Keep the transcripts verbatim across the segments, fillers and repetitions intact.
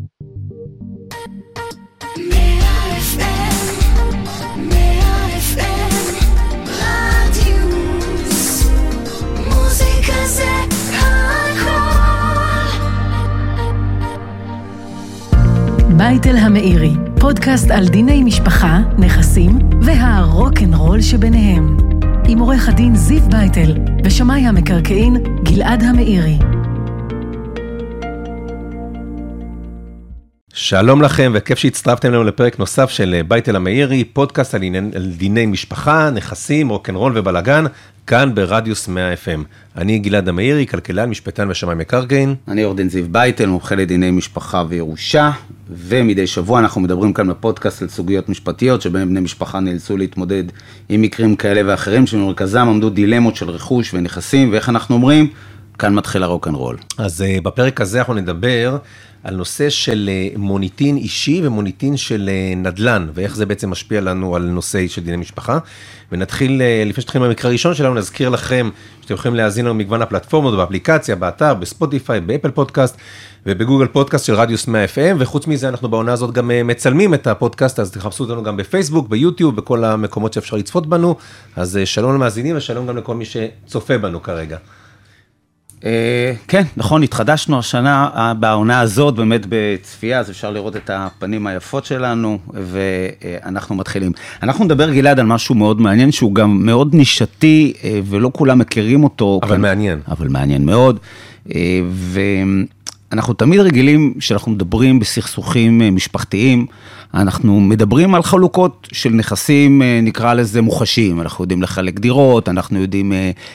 בייטל המאירי, פודקאסט על דיני משפחה, נכסים והרוק'נ'רול שביניהם. עם עורך הדין זיו בייטל ושמאי המקרקעין גלעד המאירי. שלום לכם וכיף שהצטרפתם לנו לפרק נוסף של בייטל המאירי, פודקאסט על דיני משפחה, נכסים, רוק'נ'רול ובלגן, כאן ברדיוס מאה אף אם. אני גלעד המאירי, כלכלן, משפטן ושמאי מקרקעין. אני עורך דין זיו בייטל, מומחה לדיני משפחה וירושה, ומדי שבוע אנחנו מדברים כאן בפודקאסט על סוגיות משפטיות, שבהם בני משפחה נאלצו להתמודד עם מקרים כאלה ואחרים, שבמרכזם עמדו דילמות של רכוש ונכסים, ואיך אנחנו אומרים, כאן מתחיל הרוק'נ'רול. אז בפרק הזה אנחנו נדבר על נושא של מוניטין אישי ומוניטין של נדל"ן, ואיך זה בעצם משפיע לנו על נושא של דיני משפחה. ונתחיל, לפני שתתחיל במקרה הראשון שלנו, נזכיר לכם שאתם יכולים להאזין לנו מגוון הפלטפורמות, באפליקציה, באתר, בספוטיפיי, באפל פודקאסט, ובגוגל פודקאסט של רדיוס מאה אף אם, וחוץ מזה אנחנו בעונה הזאת גם מצלמים את הפודקאסט, אז תחפשו אותנו גם בפייסבוק, ביוטיוב, בכל המקומות שאפשר לצפות בנו. אז שלום למאזינים ושלום גם לכל מי שצופה בנו כרגע. כן, נכון, התחדשנו השנה בעונה הזאת, באמת בצפייה, אז אפשר לראות את הפנים היפות שלנו, ואנחנו מתחילים. אנחנו נדבר, גלעד, על משהו מאוד מעניין, שהוא גם מאוד נישתי, ולא כולם מכירים אותו. אבל מעניין. אבל מעניין מאוד, ואנחנו תמיד רגילים שאנחנו מדברים בסכסוכים משפחתיים, אנחנו מדברים על חלוקות של נכסים, נקרא לזה מוחשיים, אנחנו יודעים לחלק דירות, אנחנו יודעים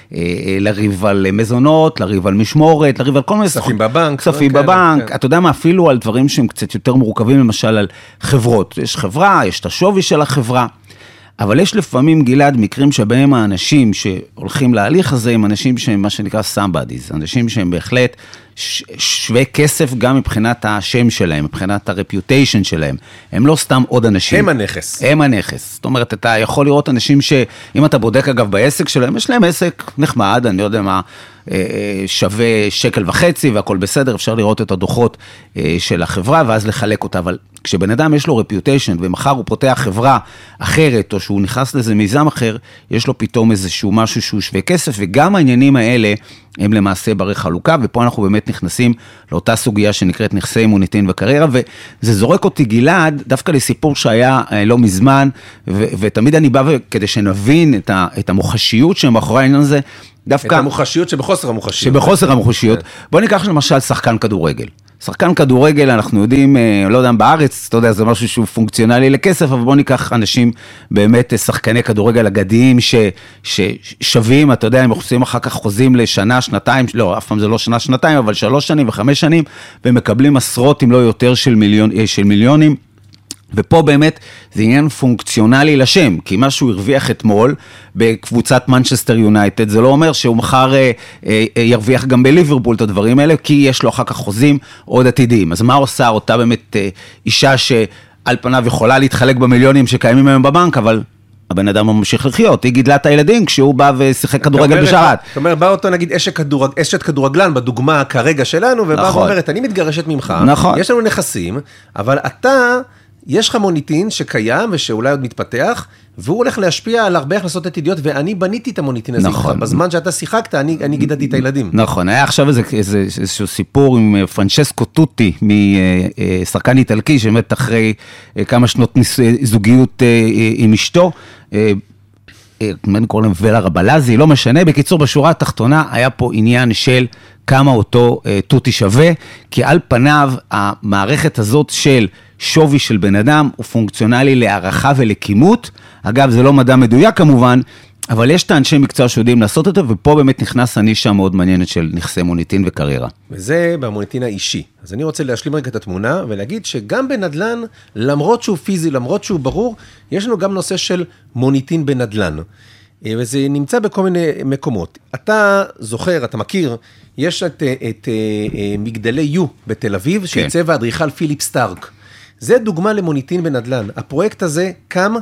לריב על מזונות, לריב על משמורת, לריב על כל מיני... כספים בבנק. כספים בבנק, אתה יודע מה, אפילו על דברים שהם קצת יותר מורכבים, למשל על חברות. יש חברה, יש את השווי של החברה, אבל יש לפעמים, גלעד, מקרים שבהם האנשים שהולכים להליך הזה, הם אנשים שהם מה שנקרא somebodies, אנשים שהם בהחלט שווה כסף גם מבחינת השם שלהם, מבחינת הרפיוטיישן שלהם. הם לא סתם עוד אנשים. הם הנכס. הם הנכס. זאת אומרת, אתה יכול לראות אנשים שאם אתה בודק אגב בעסק שלהם, יש להם עסק נחמד, אני לא יודע מה, שווה שקל וחצי והכל בסדר, אפשר לראות את הדוחות של החברה ואז לחלק אותה, אבל כשבן אדם יש לו רפיוטיישן ומחר הוא פותח חברה אחרת או שהוא נכנס לזה מיזם אחר, יש לו פתאום איזשהו משהו שהוא שווה כסף, וגם העניינים האלה הם למעשה ברי חלוקה, ופה אנחנו באמת נכנסים לאותה סוגיה שנקראת נכסי מוניטין וקריירה, וזה זורק אותי, גלעד, דווקא לסיפור שהיה לא מזמן, ו- ותמיד אני בא כדי שנבין את, ה- את המוחשיות שמאחורי העניין הזה, דווקא... את המוחשיות שבחוסר המוחשיות. שבחוסר המוחשיות. בוא ניקח למשל שחקן כדורגל. שחקן כדורגל, אנחנו יודעים, לא יודע, בארץ, אתה יודע, זה משהו שהוא פונקציונלי לכסף, אבל בוא ניקח אנשים באמת שחקני כדורגל אגדיים ששווים, אתה יודע, הם עושים אחר כך חוזים לשנה, שנתיים, לא, אף פעם זה לא שנה, שנתיים, אבל שלוש שנים וחמש שנים, ומקבלים עשרות אם לא יותר של, מיליון, של מיליונים, ופה באמת זה עניין פונקציונלי לשם, כי מה שהוא הרוויח אתמול בקבוצת מנצ'סטר יונייטד, זה לא אומר שהוא מחר אה, אה, ירוויח גם בליברפול את הדברים האלה, כי יש לו אחר כך חוזים עוד עתידיים. אז מה עושה אותה באמת אה, אישה שעל פניו יכולה להתחלק במיליונים שקיימים היום בבנק, אבל הבן אדם ממשיך לחיות, היא גידלה את הילדים כשהוא בא ושיחק כדורגל בשרת. זאת אומרת, בא אותו נגיד אשת, כדורג, אשת כדורגלן בדוגמה כרגע שלנו, ובא נכון. ואומרת, אני מתגרשת ממך, נכון. יש לנו נכסים, אבל אתה... יש לך מוניטין שקיים ושאולי עוד מתפתח, והוא הולך להשפיע על הרבה הכנסות עתידיות, ואני בניתי את המוניטין הזה. נכון. בזמן שאתה שיחקת, אני, אני גידלתי את הילדים. נכון, היה עכשיו איזה, איזה, איזשהו סיפור עם פרנצ'סקו טוטי, משחקן איטלקי, שבאמת אחרי כמה שנות זוגיות עם אשתו, אני קורא להם ולה רבלזי, לא משנה, בקיצור בשורה התחתונה היה פה עניין של כמה אותו טוטי שווה, כי על פניו המערכת הזאת של שווי של בן אדם הוא פונקציונלי להערכה ולכימות, אגב זה לא מדע מדויק כמובן, אבל יש את האנשי מקצוע שיודעים לעשות אותו, ופה באמת נכנס הנישה מאוד מעניינת של נכסי מוניטין וקריירה. וזה במוניטין האישי. אז אני רוצה להשלים רגע את התמונה, ולהגיד שגם בנדלן, למרות שהוא פיזי, למרות שהוא ברור, יש לנו גם נושא של מוניטין בנדלן. וזה נמצא בכל מיני מקומות. אתה זוכר, אתה מכיר, יש את, את, את מגדלי יו בתל אביב, שעיצב האדריכל פיליפ סטארק. זה דוגמה למוניטין בנדלן. הפרויקט הזה קם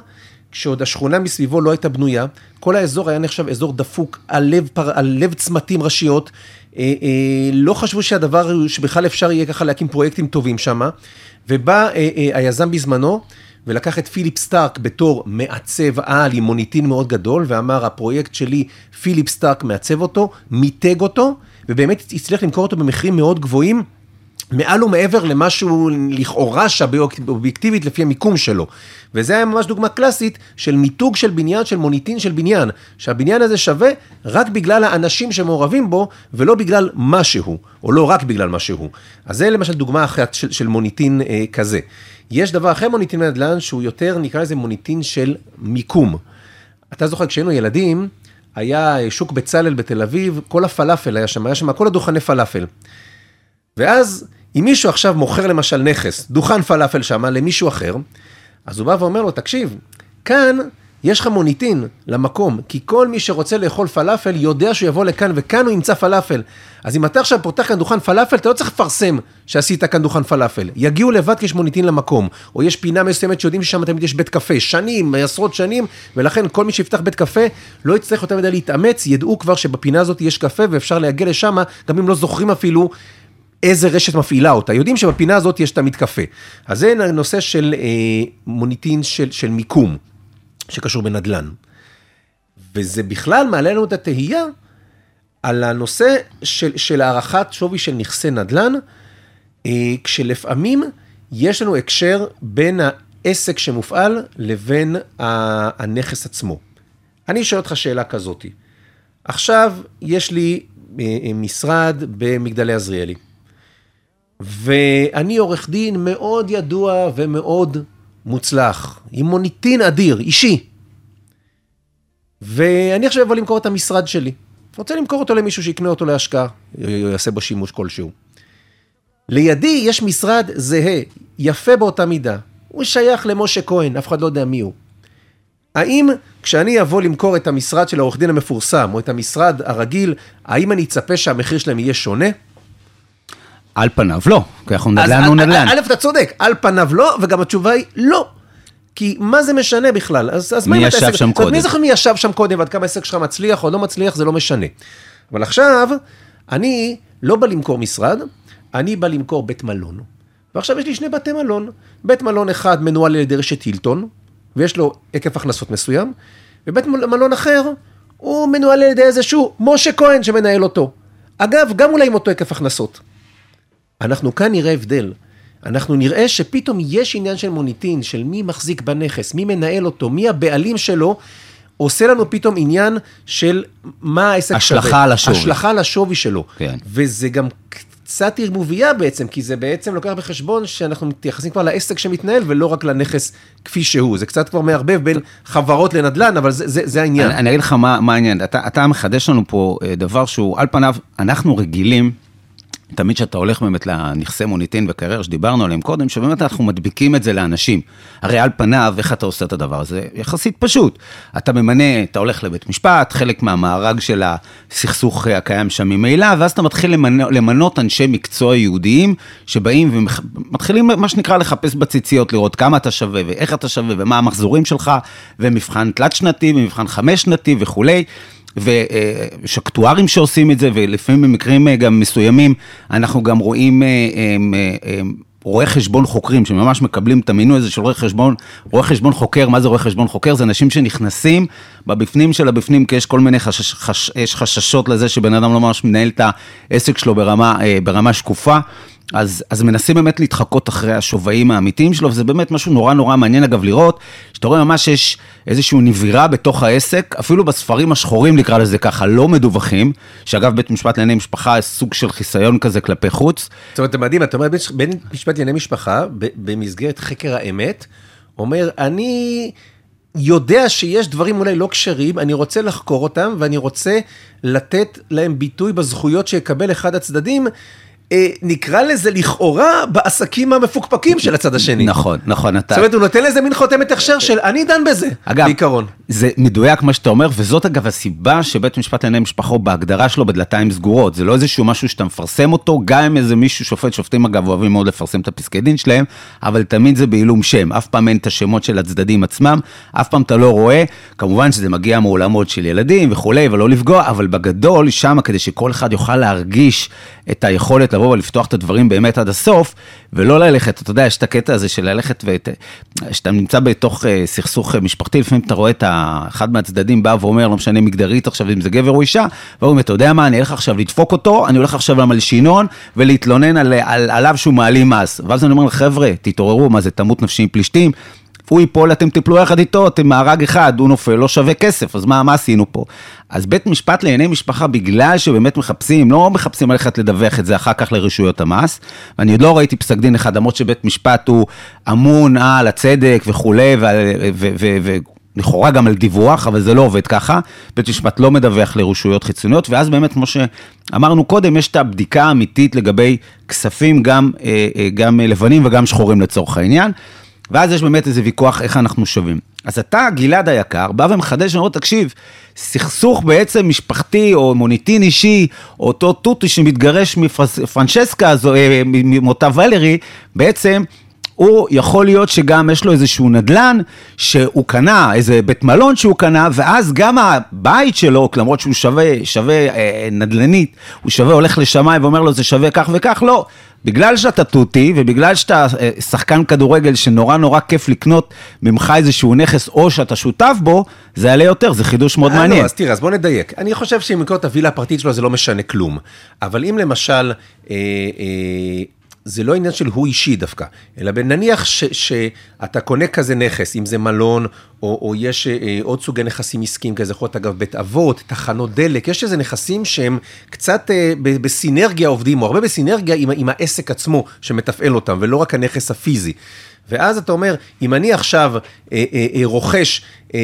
כשעוד השכונה מסביבו לא הייתה בנויה, כל האזור היה נחשב אזור דפוק, על לב, פר, על לב צמתים ראשיות, אה, אה, לא חשבו שהדבר, שבכלל אפשר יהיה ככה להקים פרויקטים טובים שם, ובא אה, אה, היזם בזמנו, ולקח את פיליפ סטארק בתור מעצב על עם מוניטין מאוד גדול, ואמר, הפרויקט שלי, פיליפ סטארק מעצב אותו, מיתג אותו, ובאמת הצליח למכור אותו במחירים מאוד גבוהים, מעל ומעבר למשהו לכאורה שווה אובייקטיבית לפי המיקום שלו. וזה היה ממש דוגמה קלאסית של מיתוג של בניין, של מוניטין של בניין, שהבניין הזה שווה רק בגלל האנשים שמעורבים בו, ולא בגלל משהו, או לא רק בגלל משהו. אז זה למשל דוגמה אחת של, של מוניטין אה, כזה. יש דבר אחר מוניטין נדל"ן, שהוא יותר נקרא לזה מוניטין של מיקום. אתה זוכר, כשהיינו ילדים, היה שוק בצלאל בתל אביב, כל הפלאפל היה שם, היה שם כל הדוכני פלאפל. ואז, אם מישהו עכשיו מוכר למשל נכס, דוכן פלאפל שם למישהו אחר, אז הוא בא ואומר לו, תקשיב, כאן יש לך מוניטין למקום, כי כל מי שרוצה לאכול פלאפל יודע שהוא יבוא לכאן, וכאן הוא ימצא פלאפל. אז אם אתה עכשיו פותח כאן דוכן פלאפל, אתה לא צריך לפרסם שעשית כאן דוכן פלאפל. יגיעו לבד כי יש מוניטין למקום, או יש פינה מסוימת שיודעים ששם תמיד יש בית קפה, שנים, עשרות שנים, ולכן כל מי שיפתח בית קפה, לא יצטרך יותר מדי להתאמץ, ידעו כבר שבפינה הזאת יש קפה, ואפשר להגיע לשם, גם אם לא זוכרים אפילו איזה רשת מפעילה אותה. יודעים שבפינה הזאת יש תמיד קפה. אז זה נושא של אה, מוניטין של, של מיקום, שקשור בנדלן. וזה בכלל מעלה לנו את התהייה, על הנושא של, של הערכת שווי של נכסי נדלן, אה, כשלפעמים יש לנו הקשר בין העסק שמופעל, לבין הנכס עצמו. אני שואל אותך שאלה כזאת. עכשיו יש לי אה, משרד במגדלי עזריאלי. ואני עורך דין מאוד ידוע ומאוד מוצלח, עם מוניטין אדיר, אישי. ואני עכשיו אבוא למכור את המשרד שלי. רוצה למכור אותו למישהו שיקנה אותו להשקעה, יעשה בו שימוש כלשהו. לידי יש משרד זהה, יפה באותה מידה. הוא שייך למשה כהן, אף אחד לא יודע מי הוא. האם כשאני אבוא למכור את המשרד של העורך דין המפורסם, או את המשרד הרגיל, האם אני אצפה שהמחיר שלהם יהיה שונה? על פניו לא, כי אנחנו נדל"ן הוא נדל"ן. א', אתה צודק, על פניו לא, וגם התשובה היא לא. כי מה זה משנה בכלל? אז, אז מי ישב שם קודם? מי זוכר מי ישב שם קודם, ועד כמה העסק שלך מצליח או לא מצליח, זה לא משנה. אבל עכשיו, אני לא בא למכור משרד, אני בא למכור בית מלון. ועכשיו יש לי שני בתי מלון. בית מלון אחד מנוהל על ידי רשת הילטון, ויש לו היקף הכנסות מסוים, ובית מלון אחר, הוא מנוהל על ידי איזשהו משה כהן שמנהל אותו. אגב, גם אולי עם אותו היקף הכנסות. אנחנו כאן נראה הבדל. אנחנו נראה שפתאום יש עניין של מוניטין, של מי מחזיק בנכס, מי מנהל אותו, מי הבעלים שלו, עושה לנו פתאום עניין של מה העסק שווה. השלכה על השווי. השלכה על השווי שלו. כן. וזה גם קצת ערבוביה בעצם, כי זה בעצם לוקח בחשבון שאנחנו מתייחסים כבר לעסק שמתנהל, ולא רק לנכס כפי שהוא. זה קצת כבר מערבב בין חברות לנדל"ן, אבל זה, זה, זה העניין. אני, אני אגיד לך מה, מה העניין. אתה, אתה מחדש לנו פה דבר שהוא, על פניו, אנחנו רגילים, תמיד שאתה הולך באמת לנכסי מוניטין וקריירה שדיברנו עליהם קודם, שבאמת אנחנו מדביקים את זה לאנשים. הרי על פניו, איך אתה עושה את הדבר הזה? יחסית פשוט. אתה ממנה, אתה הולך לבית משפט, חלק מהמארג של הסכסוך הקיים שם ממילא, ואז אתה מתחיל למנות, למנות אנשי מקצוע יהודיים, שבאים ומתחילים מה שנקרא לחפש בציציות, לראות כמה אתה שווה ואיך אתה שווה ומה המחזורים שלך, ומבחן תלת שנתי, ומבחן חמש שנתי וכולי. ויש אקטוארים שעושים את זה, ולפעמים במקרים גם מסוימים, אנחנו גם רואים רואי חשבון חוקרים, שממש מקבלים את המינוי הזה של רואי חשבון, רואי חשבון חוקר. מה זה רואי חשבון חוקר? זה אנשים שנכנסים בבפנים של הבפנים, כי יש כל מיני חשש, חש, יש חששות לזה שבן אדם לא ממש מנהל את העסק שלו ברמה, ברמה שקופה, אז, אז מנסים באמת להתחקות אחרי השווים האמיתיים שלו, וזה באמת משהו נורא נורא מעניין אגב לראות, שאתה רואה ממש יש איזושהי נבירה בתוך העסק, אפילו בספרים השחורים נקרא לזה ככה, לא מדווחים, שאגב בית משפט לענייני משפחה, סוג של חיסיון כזה כלפי חוץ. זאת אומרת, מדהים, אתה אומר, בית משפט לענייני משפחה, במסגרת חקר האמת, אומר, אני יודע שיש דברים אולי לא קשרים, אני רוצה לחקור אותם, ואני רוצה לתת להם ביטוי בזכויות שיקבל אחד הצדדים, נקרא לזה לכאורה בעסקים המפוקפקים של הצד השני. נכון, נכון. זאת אומרת, הוא נותן לזה מין חותמת הכשר של אני דן בזה, בעיקרון. זה מדויק מה שאתה אומר, וזאת אגב הסיבה שבית משפט לענייני משפחה בהגדרה שלו בדלתיים סגורות. זה לא איזשהו משהו שאתה מפרסם אותו, גם אם איזה מישהו שופט, שופטים אגב אוהבים מאוד לפרסם את הפסקי דין שלהם, אבל תמיד זה בעילום שם. אף פעם אין את השמות של הצדדים עצמם, אף פעם אתה לא רואה. כמובן שזה מגיע מעולמות של ילדים וכולי, ולא לפגוע, אבל בגדול שם כדי שכל אחד יוכל להרגיש את היכולת לבוא ולפתוח את הדברים באמת עד הסוף, ולא ללכת, אתה יודע, יש את הקטע הזה של ללכת, שאתה נמצא בתוך סכסוך משפחתי, לפעמים אתה רואה את אחד מהצדדים בא ואומר, לא משנה מגדרית עכשיו, אם זה גבר או אישה, והוא אומר, אתה יודע מה, אני הולך עכשיו לדפוק אותו, אני הולך עכשיו למלשינון, ולהתלונן על, על, עליו שהוא מעלים מס. ואז אני אומר לחבר'ה, תתעוררו, מה זה תמות נפשי עם פלישתים, הוא ייפול, אתם תפלו יחד איתו, אתם מארג אחד, הוא נופל, לא שווה כסף, אז מה, מה עשינו פה? אז בית משפט לענייני משפחה, בגלל שבאמת מחפשים, לא מחפשים ללכת לדווח את זה אחר כך לרשויות המס, ואני עוד לא ראיתי פסק דין אחד, למרות שבית משפט הוא אמון על הצדק וכולי, ולכאורה גם על דיווח, אבל זה לא עובד ככה, בית משפט לא מדווח לרשויות חיצוניות, ואז באמת, כמו שאמרנו קודם, יש את הבדיקה האמיתית לגבי כספים, גם, גם לבנים וגם שחורים לצורך העניין, ואז יש באמת איזה ויכוח איך אנחנו שווים. אז אתה, גלעד היקר, בא ומחדש ואומר, תקשיב, סכסוך בעצם משפחתי או מוניטין אישי, או אותו טוטי שמתגרש מפרנצ'סקה, ממותה ולרי, בעצם הוא יכול להיות שגם יש לו איזשהו נדלן שהוא קנה, איזה בית מלון שהוא קנה, ואז גם הבית שלו, למרות שהוא שווה, שווה אה, נדלנית, הוא שווה, הולך לשמאי ואומר לו זה שווה כך וכך, לא. בגלל שאתה טוטי, ובגלל שאתה שחקן כדורגל שנורא נורא כיף לקנות ממך איזשהו נכס, או שאתה שותף בו, זה יעלה יותר, זה חידוש מאוד מעניין. לא, אז תראה, אז בוא נדייק. אני חושב שאם לקנות את הווילה הפרטית שלו, זה לא משנה כלום. אבל אם למשל, אה, אה, זה לא עניין של הוא אישי דווקא, אלא נניח ש, שאתה קונה כזה נכס, אם זה מלון, או, או יש אה, עוד סוגי נכסים עסקיים, כזה יכול להיות אגב בית אבות, תחנות דלק, יש איזה נכסים שהם קצת אה, בסינרגיה עובדים, או הרבה בסינרגיה עם, עם העסק עצמו שמתפעל אותם, ולא רק הנכס הפיזי. ואז אתה אומר, אם אני עכשיו אה, אה, אה, רוכש אה,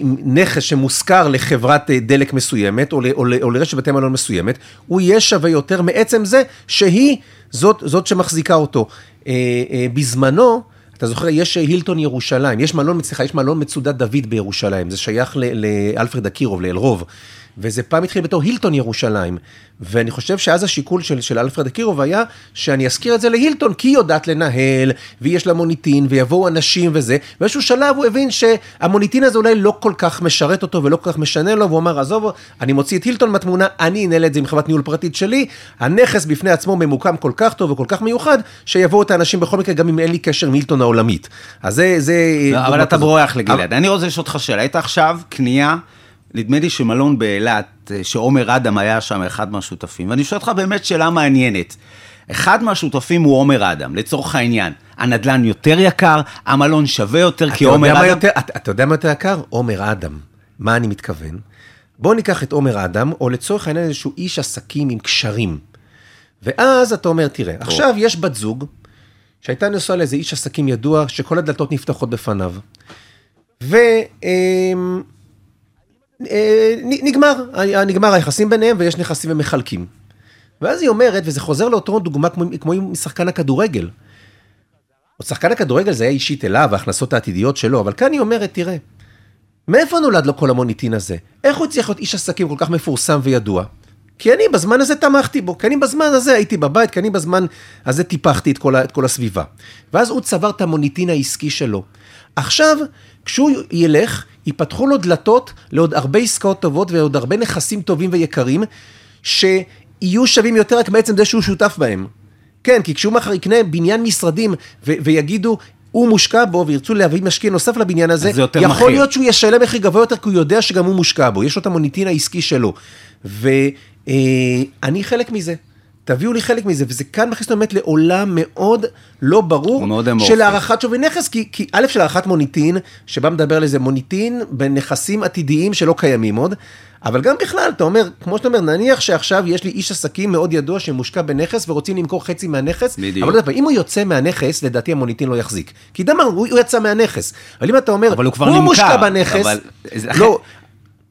נכס שמושכר לחברת דלק מסוימת, או, או, או לרשת בתי מלון מסוימת, הוא יהיה שווה יותר מעצם זה שהיא זאת, זאת שמחזיקה אותו. אה, אה, בזמנו, אתה זוכר, יש הילטון ירושלים, יש מלון מצליחה, יש מלון מצודת דוד בירושלים, זה שייך לאלפרד אקירוב, לאלרוב, וזה פעם התחיל בתור הילטון ירושלים, ואני חושב שאז השיקול של, של אלפרד אקירוב היה, שאני אזכיר את זה להילטון, כי היא יודעת לנהל, ויש לה מוניטין, ויבואו אנשים וזה, ואיזשהו שלב הוא הבין שהמוניטין הזה אולי לא כל כך משרת אותו, ולא כל כך משנה לו, והוא אמר, עזוב, אני מוציא את הילטון מהתמונה, אני אנהל את זה עם חברת ניהול פרטית שלי, הנכס בפני עצמו ממוקם כל כך טוב וכל כך מיוחד, שיבואו את האנשים בכל מקרה, גם אם אין לי קשר עם הילטון העולמית. אז זה, זה... לא, אבל אתה ברוח לגלעד. אני רוצה לשאול אותך שאלה, היית עכשיו קנייה, נדמה לי שמלון באילת, שעומר אדם היה שם אחד מהשותפים, ואני שואל אותך באמת שאלה מעניינת. אחד מהשותפים הוא עומר אדם, לצורך העניין. הנדלן יותר יקר, המלון שווה יותר, כי עומר אדם... יותר, אתה, אתה יודע מה יותר יקר? עומר אדם. מה אני מתכוון? בואו ניקח את עומר אדם, או לצורך העניין איזשהו איש עסקים עם קשרים. ואז אתה אומר, תראה, עכשיו יש בת זוג, שהייתה נשואה לאיזה איש עסקים ידוע, שכל הדלתות נפתחות בפניו. ו... נגמר, נגמר היחסים ביניהם, ויש נכסים ומחלקים. ואז היא אומרת, וזה חוזר לאותו דוגמה כמו, כמו עם שחקן הכדורגל. או שחקן הכדורגל זה היה אישית אליו, ההכנסות העתידיות שלו, אבל כאן היא אומרת, תראה, מאיפה נולד לו כל המוניטין הזה? איך הוא צריך להיות איש עסקים כל כך מפורסם וידוע? כי אני בזמן הזה תמכתי בו, כי אני בזמן הזה הייתי בבית, כי אני בזמן הזה טיפחתי את כל, את כל הסביבה. ואז הוא צבר את המוניטין העסקי שלו. עכשיו, כשהוא ילך, ייפתחו לו דלתות לעוד הרבה עסקאות טובות, ועוד הרבה נכסים טובים ויקרים, שיהיו שווים יותר רק בעצם זה שהוא שותף בהם. כן, כי כשהוא מחר יקנה בניין משרדים, ו- ויגידו, הוא מושקע בו, וירצו להביא משקיע נוסף לבניין הזה, יכול מחיר. להיות שהוא ישלם מחיר גבוה יותר, כי הוא יודע שגם הוא מושקע בו, יש לו את המוניטין העסקי שלו. ואני חלק מזה. תביאו לי חלק מזה, וזה כאן מכניס באמת לעולם מאוד לא ברור, של הערכת שווי נכס, כי, כי א' של הערכת מוניטין, שבה מדבר על איזה מוניטין, בנכסים עתידיים שלא קיימים עוד, אבל גם בכלל, אתה אומר, כמו שאתה אומר, נניח שעכשיו יש לי איש עסקים מאוד ידוע, שמושקע בנכס, ורוצים למכור חצי מהנכס, בדיוק. אבל אם הוא יוצא מהנכס, לדעתי המוניטין לא יחזיק, כי דמר, הוא, הוא יצא מהנכס, אבל אם אתה אומר, אבל הוא כבר הוא נמכר, מושקע בנכס, אבל... לא...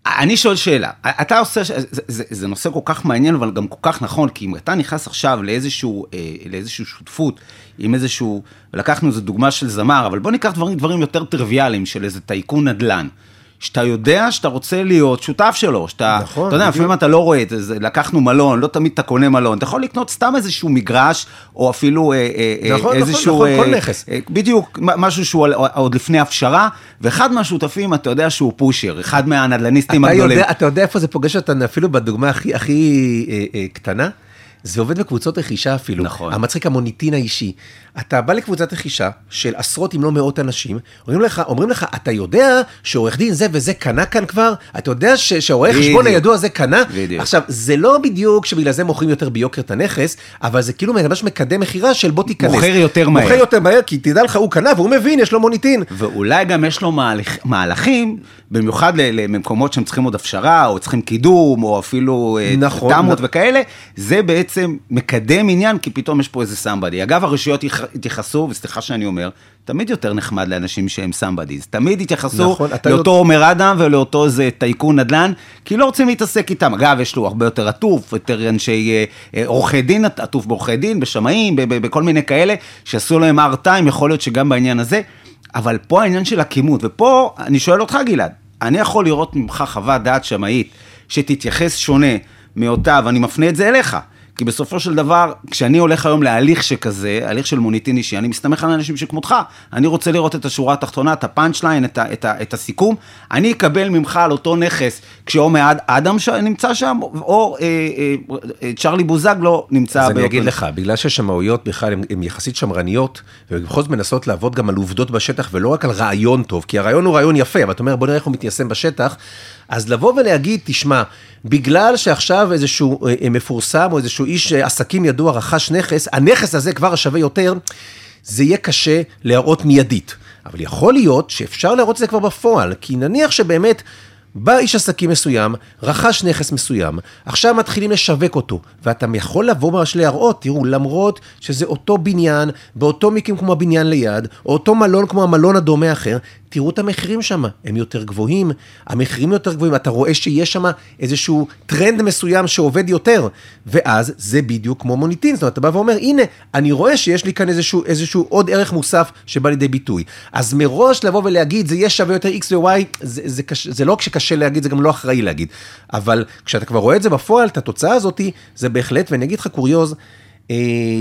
אני שואל שאלה, אתה עושה, זה, זה, זה נושא כל כך מעניין, אבל גם כל כך נכון, כי אם אתה נכנס עכשיו לאיזשהו, לאיזשהו שותפות, עם איזשהו, ולקחנו איזו דוגמה של זמר, אבל בוא ניקח דברים, דברים יותר טריוויאליים, של איזה טייקון נדל"ן, שאתה יודע שאתה רוצה להיות שותף שלו, שאתה, נכון, אתה יודע, לפעמים אתה לא רואה את זה, לקחנו מלון, לא תמיד אתה קונה מלון, אתה יכול לקנות סתם איזשהו מגרש, או אפילו נכון, איזשהו, נכון, נכון, כל נכס. בדיוק, משהו שהוא עוד לפני הפשרה, ואחד מהשותפים, אתה יודע שהוא פושר, אחד מהנדלניסטים הגדולים. יודע, אתה יודע איפה זה פוגש אותנו, אפילו בדוגמה הכי, הכי אה, אה, קטנה, זה עובד בקבוצות רכישה אפילו. נכון. המצחיק המוניטין האישי. אתה בא לקבוצת רכישה של עשרות אם לא מאות אנשים, אומרים לך, אומרים לך, אתה יודע שעורך דין זה וזה קנה כאן כבר? אתה יודע שעורך חשבון הידוע זה קנה? בדיוק. עכשיו, זה לא בדיוק שבגלל זה מוכרים יותר ביוקר את הנכס, אבל זה כאילו ממש מקדם מחירה של בוא תיכנס. מוכר יותר מהר. מוכר יותר מהר, כי תדע לך, הוא קנה והוא מבין, יש לו מוניטין. ואולי גם יש לו מהלך, מהלכים, במיוחד למקומות שהם צריכים עוד הפשרה, או צריכים קידום, או אפילו נכון, תמות נכון. וכאלה, זה בעצם מקדם עניין, כי פתאום יש פה איזה סמבדי. אגב, הרשויות התייחסו, וסליחה שאני אומר, תמיד יותר נחמד לאנשים שהם סמבדיז. תמיד התייחסו נכון, לאותו עומר אדם ולאותו איזה טייקון נדל"ן, כי לא רוצים להתעסק איתם. אגב, יש לו הרבה יותר עטוף, יותר אנשי עורכי דין, עטוף בעורכי דין, בשמאים, בכל מיני כאלה, שעשו להם ארטיים, יכול להיות שגם בעניין הזה, אבל פה העניין של הקימות, ופה אני שואל אותך גלעד, אני יכול לראות ממך חוות דעת שמאית, שתתייחס שונה מאותה, ואני מפנה את זה אליך, כי בסופו של דבר, כשאני הולך היום להליך שכזה, הליך של מוניטין אישי, אני מסתמך על אנשים שכמותך, אני רוצה לראות את השורה התחתונה, את הפאנץ' ליין, את, את, את הסיכום, אני אקבל ממך על אותו נכס, כשאומר אדם נמצא שם, או אה, אה, צ'רלי בוזגלו נמצא. אז אני אגיד לך, בגלל ששמאויות בכלל הן יחסית שמרניות, ובכל זאת מנסות לעבוד גם על עובדות בשטח, ולא רק על רעיון טוב, כי הרעיון הוא רעיון יפה, אבל אתה אומר, בוא נראה איך הוא מתיישם בשטח, אז לבוא ולהגיד, תשמע, בגלל שעכשיו איזשהו מפורסם, או איזשהו איש עסקים ידוע רכש נכס, הנכס הזה כבר השווה יותר, זה יהיה קשה להראות מיידית. אבל יכול להיות שאפשר להראות את זה כבר בפועל, כי נניח שבאמת, בא איש עסקים מסוים, רכש נכס מסוים, עכשיו מתחילים לשווק אותו, ואתה יכול לבוא ממש להראות, תראו, למרות שזה אותו בניין, באותו מקים כמו הבניין ליד, או אותו מלון כמו המלון הדומה אחר, תראו את המחירים שם, הם יותר גבוהים, המחירים יותר גבוהים, אתה רואה שיש שם איזשהו טרנד מסוים שעובד יותר, ואז זה בדיוק כמו מוניטין, זאת אומרת, אתה בא ואומר, הנה, אני רואה שיש לי כאן איזשהו, איזשהו עוד ערך מוסף שבא לידי ביטוי. אז מראש לבוא ולהגיד, זה יהיה שווה יותר X ו-Y, זה, זה, זה, זה לא שקשה להגיד, זה גם לא אחראי להגיד, אבל כשאתה כבר רואה את זה בפועל, את התוצאה הזאת, זה בהחלט, ואני אגיד לך קוריוז, אה,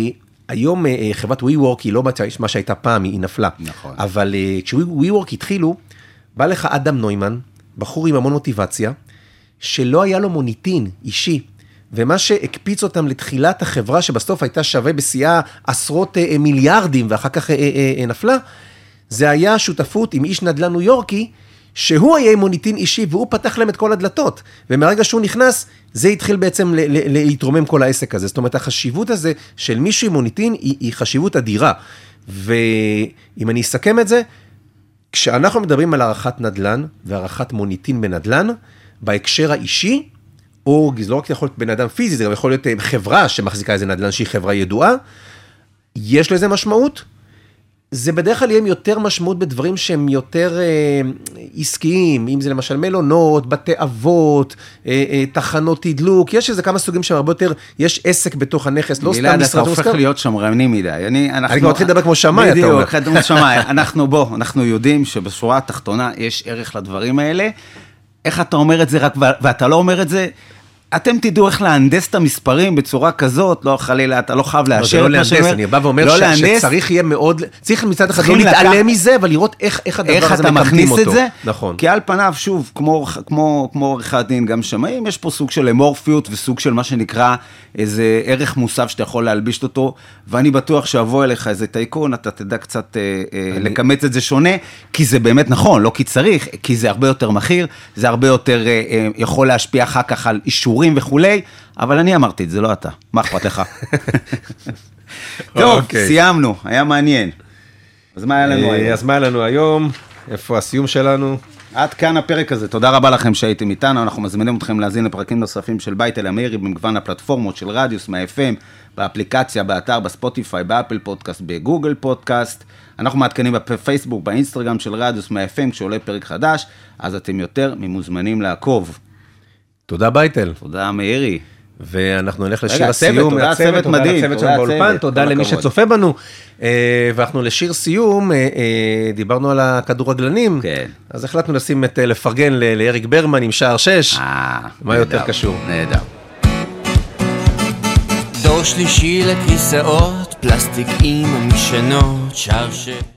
היום חברת WeWork היא לא מה שהייתה פעם, היא נפלה. נכון. אבל כש-WeWork התחילו, בא לך אדם נוימן, בחור עם המון מוטיבציה, שלא היה לו מוניטין אישי, ומה שהקפיץ אותם לתחילת החברה, שבסוף הייתה שווה בשיאה עשרות מיליארדים, ואחר כך נפלה, זה היה שותפות עם איש נדל"ן ניו יורקי, שהוא היה עם מוניטין אישי, והוא פתח להם את כל הדלתות, ומהרגע שהוא נכנס, זה התחיל בעצם להתרומם כל העסק הזה, זאת אומרת, החשיבות הזה של מישהו עם מוניטין, היא, היא חשיבות אדירה, ואם אני אסכם את זה, כשאנחנו מדברים על הערכת נדל"ן, והערכת מוניטין בנדל"ן, בהקשר האישי, או זה לא רק יכול להיות בן אדם פיזי, זה גם יכול להיות חברה שמחזיקה איזה נדל"ן שהיא חברה ידועה, יש לזה משמעות, זה בדרך כלל יהיה יותר משמעות בדברים שהם יותר אה, עסקיים, אם זה למשל מלונות, בתי אבות, אה, אה, תחנות תדלוק, יש איזה כמה סוגים שהם הרבה יותר, יש עסק בתוך הנכס, לא סתם משרד. גלעד, אתה הופך להיות שמרני מדי. אני, אנחנו, אני כבר מתחיל לדבר כמו שמאי, אתה אומר. בדיוק, כמו שמאי. אנחנו, בוא, אנחנו יודעים שבשורה התחתונה יש ערך לדברים האלה. איך אתה אומר את זה רק, ואתה לא אומר את זה, אתם תדעו איך להנדס את המספרים בצורה כזאת, לא חלילה, אתה לא חייב לאשר את מה שאומר. אני בא ואומר שצריך יהיה מאוד, צריך מצד אחד לא להתעלם מזה, אבל לראות איך הדבר הזה מקדמים אותו. נכון. כי על פניו, שוב, כמו עורך הדין, גם שמאים, יש פה סוג של אמורפיות וסוג של מה שנקרא איזה ערך מוסף שאתה יכול להלביש אותו, ואני בטוח שאבוא אליך איזה טייקון, אתה תדע קצת לקמץ את זה שונה, כי זה באמת נכון, לא כי צריך, כי זה הרבה יותר מחיר, זה הרבה יותר יכול להשפיע אחר כך על אישור וכולי, אבל אני אמרתי את זה, לא אתה. מה אכפת לך? טוב, סיימנו, היה מעניין. אז מה היה לנו היום? אז מה היה לנו היום? איפה הסיום שלנו? עד כאן הפרק הזה, תודה רבה לכם שהייתם איתנו, אנחנו מזמינים אתכם להזין לפרקים נוספים של בית אל המאירי במגוון הפלטפורמות של רדיוס, מה-אף אם, באפליקציה, באתר, בספוטיפיי, באפל פודקאסט, בגוגל פודקאסט, אנחנו מעדכנים בפייסבוק, באינסטגרם של רדיוס, מה-אף אם, כשעולה פרק חדש, אז אתם יותר ממוזמנים לעקוב. תודה בייטל. תודה מאירי. ואנחנו נלך לשיר הסיום. תודה צוות מדהים. תודה לצוות באולפן, תודה למי שצופה בנו. ואנחנו לשיר סיום, דיברנו על הכדורגלנים, אז החלטנו לשים את לפרגן לאריק ברמן עם שער שש. מה יותר קשור? נהדר. דור שלישי לכיסאות, פלסטיק עם המשענות, שער שש.